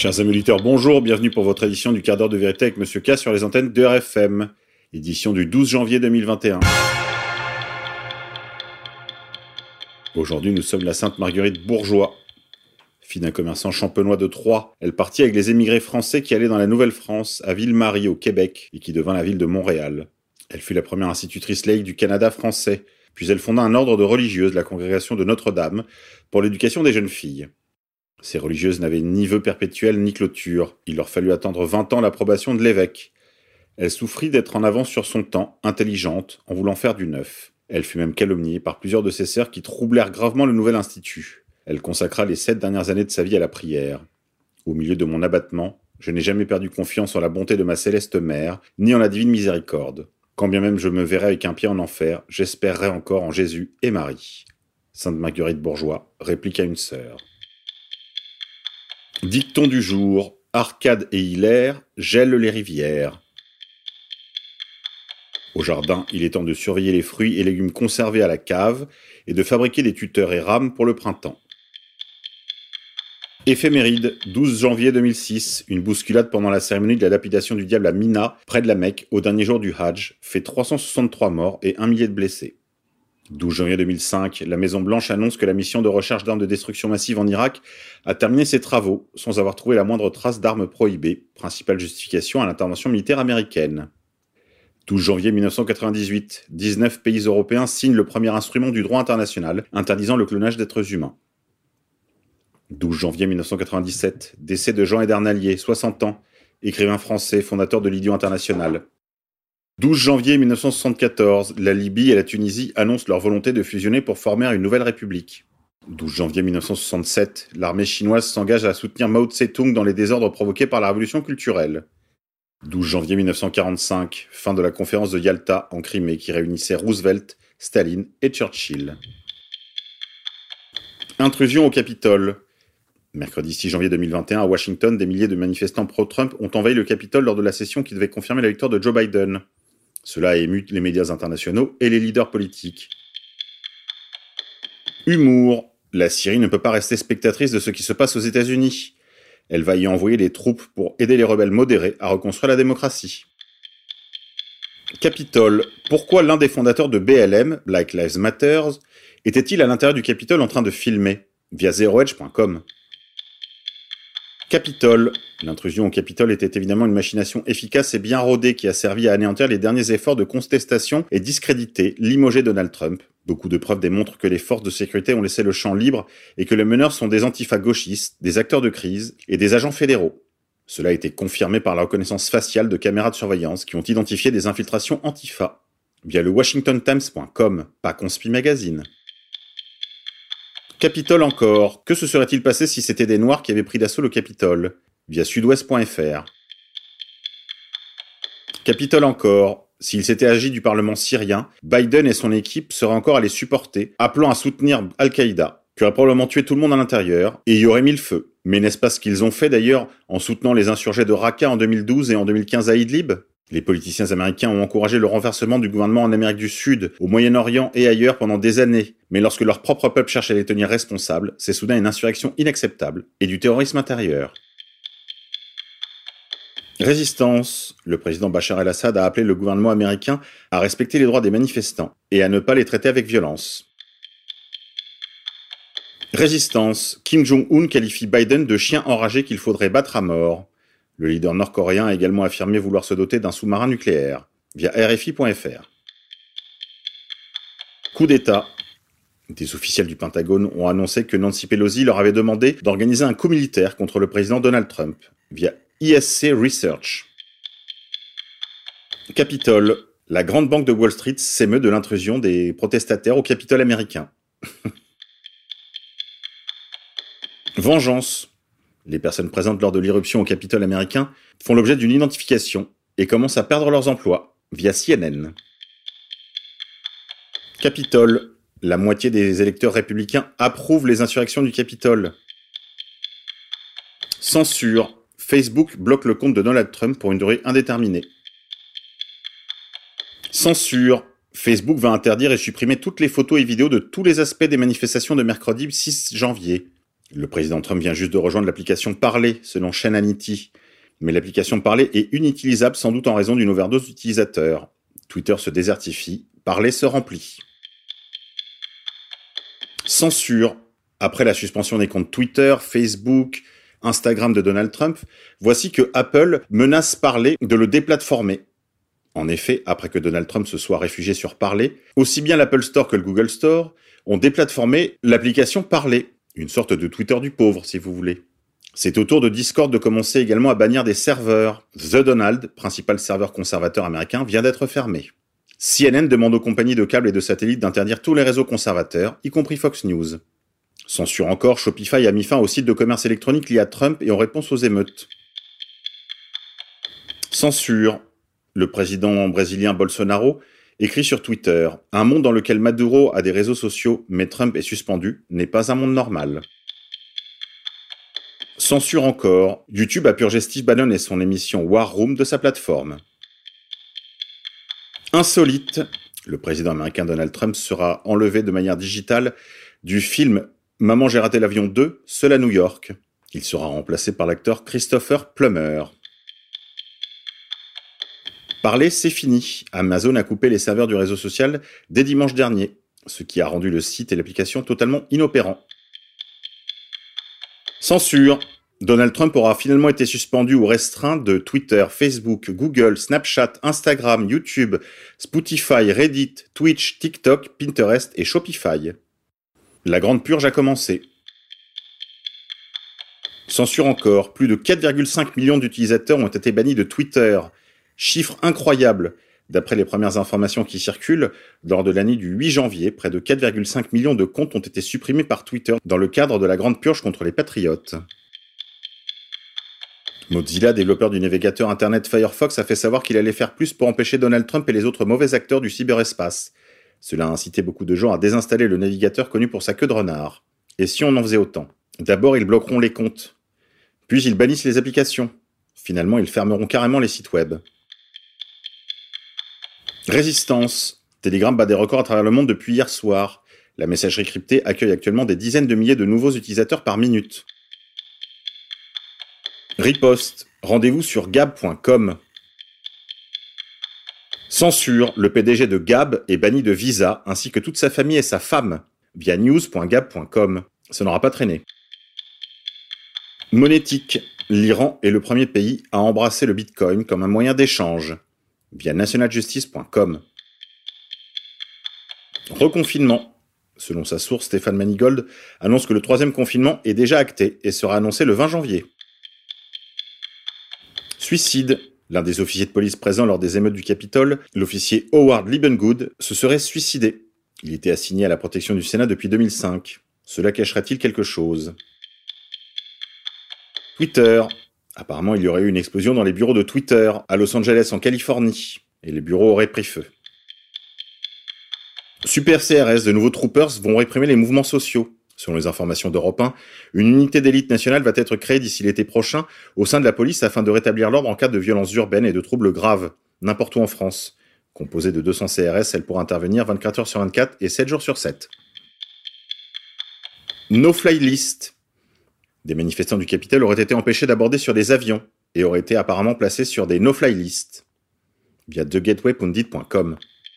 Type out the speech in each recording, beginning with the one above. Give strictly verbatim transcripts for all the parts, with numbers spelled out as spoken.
Chers amis auditeurs, bonjour, bienvenue pour votre édition du quart d'heure de vérité avec Monsieur K sur les antennes de R F M, édition du douze janvier deux mille vingt et un. Aujourd'hui, nous sommes la Sainte Marguerite Bourgeois. Fille d'un commerçant champenois de Troyes, elle partit avec les émigrés français qui allaient dans la Nouvelle-France, à Ville-Marie, au Québec, et qui devint la ville de Montréal. Elle fut la première institutrice laïque du Canada français, puis elle fonda un ordre de religieuses, la congrégation de Notre-Dame, pour l'éducation des jeunes filles. Ces religieuses n'avaient ni vœux perpétuels ni clôture. Il leur fallut attendre vingt ans l'approbation de l'évêque. Elle souffrit d'être en avance sur son temps, intelligente, en voulant faire du neuf. Elle fut même calomniée par plusieurs de ses sœurs qui troublèrent gravement le nouvel institut. Elle consacra les sept dernières années de sa vie à la prière. Au milieu de mon abattement, je n'ai jamais perdu confiance en la bonté de ma céleste mère, ni en la divine miséricorde. Quand bien même je me verrai avec un pied en enfer, j'espérerai encore en Jésus et Marie. Sainte Marguerite Bourgeois répliqua une sœur. Dicton du jour, Arcade et Hilaire gèlent les rivières. Au jardin, il est temps de surveiller les fruits et légumes conservés à la cave et de fabriquer des tuteurs et rames pour le printemps. Éphéméride, douze janvier deux mille six, une bousculade pendant la cérémonie de la lapidation du diable à Mina, près de la Mecque, au dernier jour du Hajj, fait trois cent soixante-trois morts et un millier de blessés. douze janvier deux mille cinq, la Maison-Blanche annonce que la mission de recherche d'armes de destruction massive en Irak a terminé ses travaux sans avoir trouvé la moindre trace d'armes prohibées, principale justification à l'intervention militaire américaine. douze janvier mille neuf cent quatre-vingt-dix-huit, dix-neuf pays européens signent le premier instrument du droit international interdisant le clonage d'êtres humains. douze janvier mille neuf cent quatre-vingt-dix-sept, décès de Jean Edernalier, soixante ans, écrivain français, fondateur de l'Idiot International. douze janvier mille neuf cent soixante-quatorze, la Libye et la Tunisie annoncent leur volonté de fusionner pour former une nouvelle république. douze janvier mille neuf cent soixante-sept, l'armée chinoise s'engage à soutenir Mao Tse-tung dans les désordres provoqués par la révolution culturelle. douze janvier mille neuf cent quarante-cinq, fin de la conférence de Yalta en Crimée qui réunissait Roosevelt, Staline et Churchill. Intrusion au Capitole. Mercredi six janvier deux mille vingt et un, à Washington, des milliers de manifestants pro-Trump ont envahi le Capitole lors de la session qui devait confirmer la victoire de Joe Biden. Cela a ému les médias internationaux et les leaders politiques. Humour. La Syrie ne peut pas rester spectatrice de ce qui se passe aux États-Unis. Elle va y envoyer des troupes pour aider les rebelles modérés à reconstruire la démocratie. Capitole. Pourquoi l'un des fondateurs de B L M, Black Lives Matter, était-il à l'intérieur du Capitole en train de filmer, via zero edge point com? Capitole. L'intrusion au Capitole était évidemment une machination efficace et bien rodée qui a servi à anéantir les derniers efforts de contestation et discréditer, limoger Donald Trump. Beaucoup de preuves démontrent que les forces de sécurité ont laissé le champ libre et que les meneurs sont des antifas gauchistes, des acteurs de crise et des agents fédéraux. Cela a été confirmé par la reconnaissance faciale de caméras de surveillance qui ont identifié des infiltrations antifa. Via le washington times point com, pas Conspi Magazine. Capitole encore. Que se serait-il passé si c'était des Noirs qui avaient pris d'assaut le Capitole? Via sudouest point f r. Capitole encore. S'il s'était agi du Parlement syrien, Biden et son équipe seraient encore allés supporter, appelant à soutenir Al-Qaïda, qui aurait probablement tué tout le monde à l'intérieur, et y aurait mis le feu. Mais n'est-ce pas ce qu'ils ont fait d'ailleurs en soutenant les insurgés de Raqqa en deux mille douze et en deux mille quinze à Idlib? Les politiciens américains ont encouragé le renversement du gouvernement en Amérique du Sud, au Moyen-Orient et ailleurs pendant des années. Mais lorsque leur propre peuple cherche à les tenir responsables, c'est soudain une insurrection inacceptable et du terrorisme intérieur. Résistance. Le président Bachar el-Assad a appelé le gouvernement américain à respecter les droits des manifestants et à ne pas les traiter avec violence. Résistance. Kim Jong-un qualifie Biden de chien enragé qu'il faudrait battre à mort. Le leader nord-coréen a également affirmé vouloir se doter d'un sous-marin nucléaire, via r f i point f r. Coup d'État. Des officiels du Pentagone ont annoncé que Nancy Pelosi leur avait demandé d'organiser un coup militaire contre le président Donald Trump, via I S C Research. Capitole. La grande banque de Wall Street s'émeut de l'intrusion des protestataires au Capitole américain. Vengeance. Les personnes présentes lors de l'irruption au Capitole américain font l'objet d'une identification et commencent à perdre leurs emplois, via C N N. Capitole. La moitié des électeurs républicains approuvent les insurrections du Capitole. Censure. Facebook bloque le compte de Donald Trump pour une durée indéterminée. Censure. Facebook va interdire et supprimer toutes les photos et vidéos de tous les aspects des manifestations de mercredi six janvier. Le président Trump vient juste de rejoindre l'application Parler, selon Hannity. Mais l'application Parler est inutilisable sans doute en raison d'une overdose d'utilisateurs. Twitter se désertifie, Parler se remplit. Censure. Après la suspension des comptes Twitter, Facebook, Instagram de Donald Trump, voici que Apple menace Parler de le déplatformer. En effet, après que Donald Trump se soit réfugié sur Parler, aussi bien l'Apple Store que le Google Store ont déplatformé l'application Parler, une sorte de Twitter du pauvre, si vous voulez. C'est au tour de Discord de commencer également à bannir des serveurs. The Donald, principal serveur conservateur américain, vient d'être fermé. C N N demande aux compagnies de câbles et de satellites d'interdire tous les réseaux conservateurs, y compris Fox News. Censure encore, Shopify a mis fin au site de commerce électronique lié à Trump et en réponse aux émeutes. Censure. Le président brésilien Bolsonaro écrit sur Twitter « Un monde dans lequel Maduro a des réseaux sociaux, mais Trump est suspendu, n'est pas un monde normal. » Censure encore. YouTube a purgé Steve Bannon et son émission War Room de sa plateforme. Insolite. Le président américain Donald Trump sera enlevé de manière digitale du film « Maman j'ai raté l'avion deux, seul à New York ». Il sera remplacé par l'acteur Christopher Plummer. Parler, c'est fini. Amazon a coupé les serveurs du réseau social dès dimanche dernier, ce qui a rendu le site et l'application totalement inopérants. Censure. Donald Trump aura finalement été suspendu ou restreint de Twitter, Facebook, Google, Snapchat, Instagram, YouTube, Spotify, Reddit, Twitch, TikTok, Pinterest et Shopify. La grande purge a commencé. Censure encore. Plus de quatre virgule cinq millions d'utilisateurs ont été bannis de Twitter. Chiffre incroyable. D'après les premières informations qui circulent, lors de l'année du huit janvier, près de quatre virgule cinq millions de comptes ont été supprimés par Twitter dans le cadre de la grande purge contre les patriotes. Mozilla, développeur du navigateur internet Firefox, a fait savoir qu'il allait faire plus pour empêcher Donald Trump et les autres mauvais acteurs du cyberespace. Cela a incité beaucoup de gens à désinstaller le navigateur connu pour sa queue de renard. Et si on en faisait autant ? D'abord, ils bloqueront les comptes. Puis, ils bannissent les applications. Finalement, ils fermeront carrément les sites web. Résistance. Telegram bat des records à travers le monde depuis hier soir. La messagerie cryptée accueille actuellement des dizaines de milliers de nouveaux utilisateurs par minute. Riposte. Rendez-vous sur gab point com. Censure. Le P D G de Gab est banni de Visa, ainsi que toute sa famille et sa femme, via news point gab point com. Ça n'aura pas traîné. Monétique. L'Iran est le premier pays à embrasser le Bitcoin comme un moyen d'échange, via national justice point com. Reconfinement. Selon sa source, Stéphane Manigold annonce que le troisième confinement est déjà acté et sera annoncé le vingt janvier. Suicide. L'un des officiers de police présents lors des émeutes du Capitole, l'officier Howard Liebengood, se serait suicidé. Il était assigné à la protection du Sénat depuis deux mille cinq. Cela cacherait-il quelque chose ? Twitter. Apparemment, il y aurait eu une explosion dans les bureaux de Twitter, à Los Angeles, en Californie, et les bureaux auraient pris feu. Super C R S, de nouveaux troopers vont réprimer les mouvements sociaux. Selon les informations d'Europe un, une unité d'élite nationale va être créée d'ici l'été prochain au sein de la police afin de rétablir l'ordre en cas de violences urbaines et de troubles graves, n'importe où en France. Composée de deux cents C R S, elle pourra intervenir vingt-quatre heures sur vingt-quatre et sept jours sur sept. No-fly list. Des manifestants du Capitole auraient été empêchés d'aborder sur des avions et auraient été apparemment placés sur des no-fly lists via the gateway pundit point com.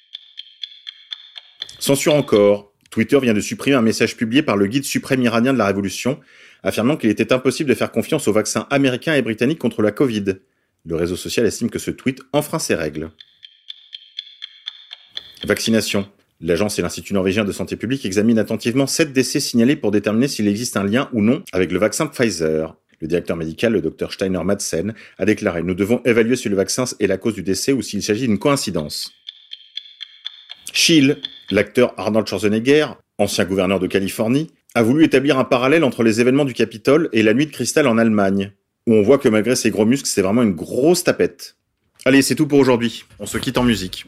Censure encore. Twitter vient de supprimer un message publié par le guide suprême iranien de la Révolution, affirmant qu'il était impossible de faire confiance aux vaccins américains et britanniques contre la Covid. Le réseau social estime que ce tweet enfreint ces règles. Vaccination. L'agence et l'Institut norvégien de santé publique examinent attentivement sept décès signalés pour déterminer s'il existe un lien ou non avec le vaccin Pfizer. Le directeur médical, le docteur Steiner Madsen, a déclaré « Nous devons évaluer si le vaccin est la cause du décès ou s'il s'agit d'une coïncidence ». Schill, l'acteur Arnold Schwarzenegger, ancien gouverneur de Californie, a voulu établir un parallèle entre les événements du Capitole et la nuit de cristal en Allemagne, où on voit que malgré ses gros muscles, c'est vraiment une grosse tapette. Allez, c'est tout pour aujourd'hui. On se quitte en musique.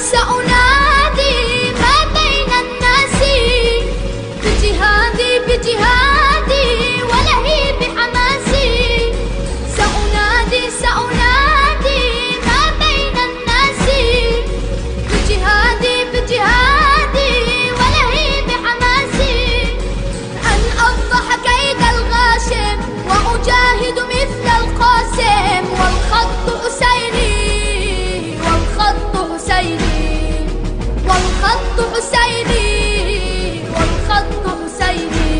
سأنادي ما بين الناس بجهادي بجهادي ولهيب حماسي سأنادي سأنادي ما بين الناس بجهادي بجهادي ولهيب حماسي أن أفضح كيد الغاشم وأجاهد مثل القاسم والخط حسيني والخط حسيني والخط حسيني والخط حسيني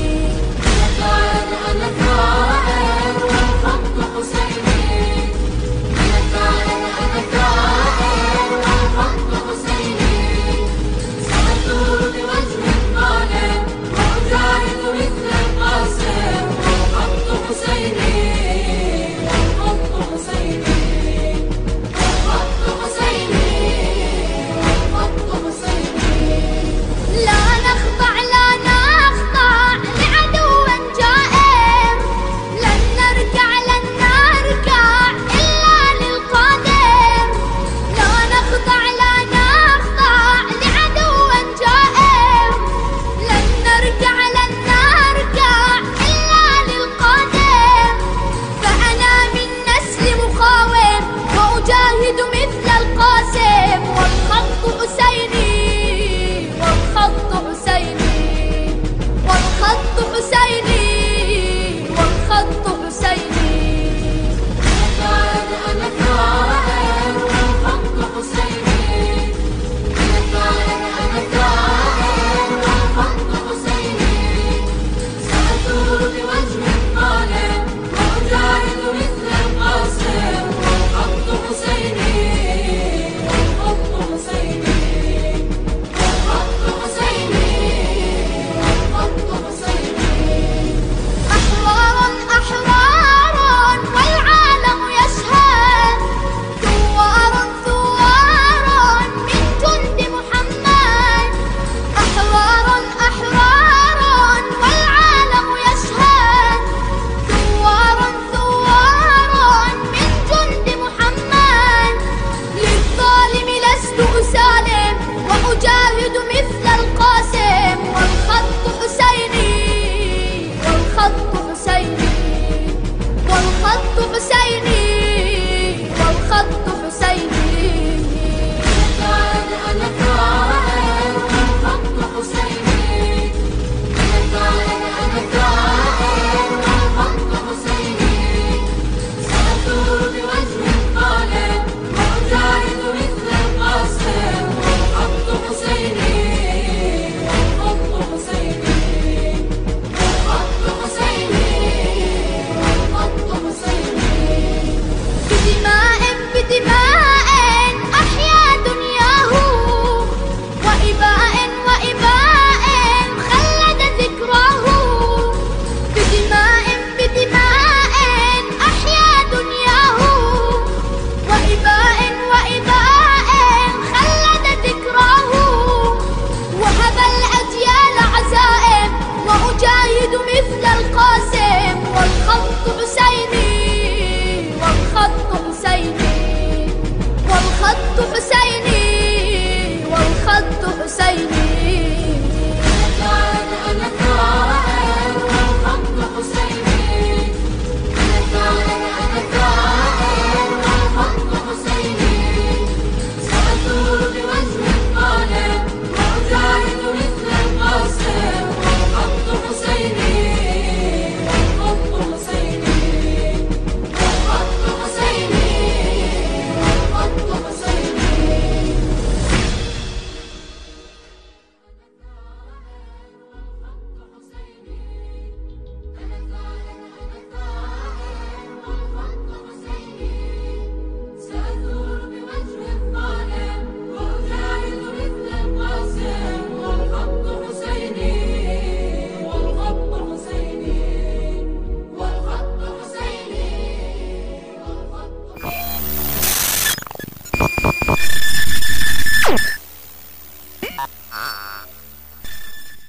أنا ثائر والخط حسيني أنا ثائر أنا ثائر والخط حسيني سأثور بوجه الظالم وأجاهد مثل القاسم والخط حسيني والخط حسيني والخط حسيني والخط حسيني لا نخضع لا نخضع لعدو جائر لن نركع لن نركع إلا للقادر لا نخضع لا نخضع لعدو جائر لن نركع لن نركع إلا للقادر فأنا من نسل مقاوم وأجاهد مثل القاسم والخط حسيني والخط حسيني والخط حسيني والخط حسيني أنا ثائر والخط حسيني أنا ثائر أنا ثائر والخط حسيني سأثور بوجه الظالم وأجاهد مثل القاسم والخط حسيني والخط حسيني والخط حسيني والخط حسيني أحرار أحرار والعالم يشهد ثوار ثوار من جند محمد أحرار أحرار والعالم يشهد ثوار ثوار من جند محمد للظالم لست أسالم وأجاهد مثل القاسم والخط حسيني والخط حسيني والخط حسيني والخط حسيني أنا ثائر والخط حسيني أنا ثائر أنا ثائر والخط حسيني سأثور بوجه الظالم وأجاهد مثل القاسم والخط حسيني والخط حسيني والخط حسيني والخط حسيني بدماء بدماء أحيا دنياه وإباء وإباء خلد ذكراه بدماء بدماء أحيا دنياه وإباء وإباء خلد ذكراه وهب الأجيال عزائم وأجاهد مثل القاسم والخط حسيني والخط حسيني والخط حسيني والخط حسيني أنا ثائر والخط حسيني أنا ثائر أنا ثائر والخط حسيني سأثور بوجه الظالم وأجاهد مثل القاسم والخط حسيني والخط حسيني والخط حسيني والخط حسيني Ah.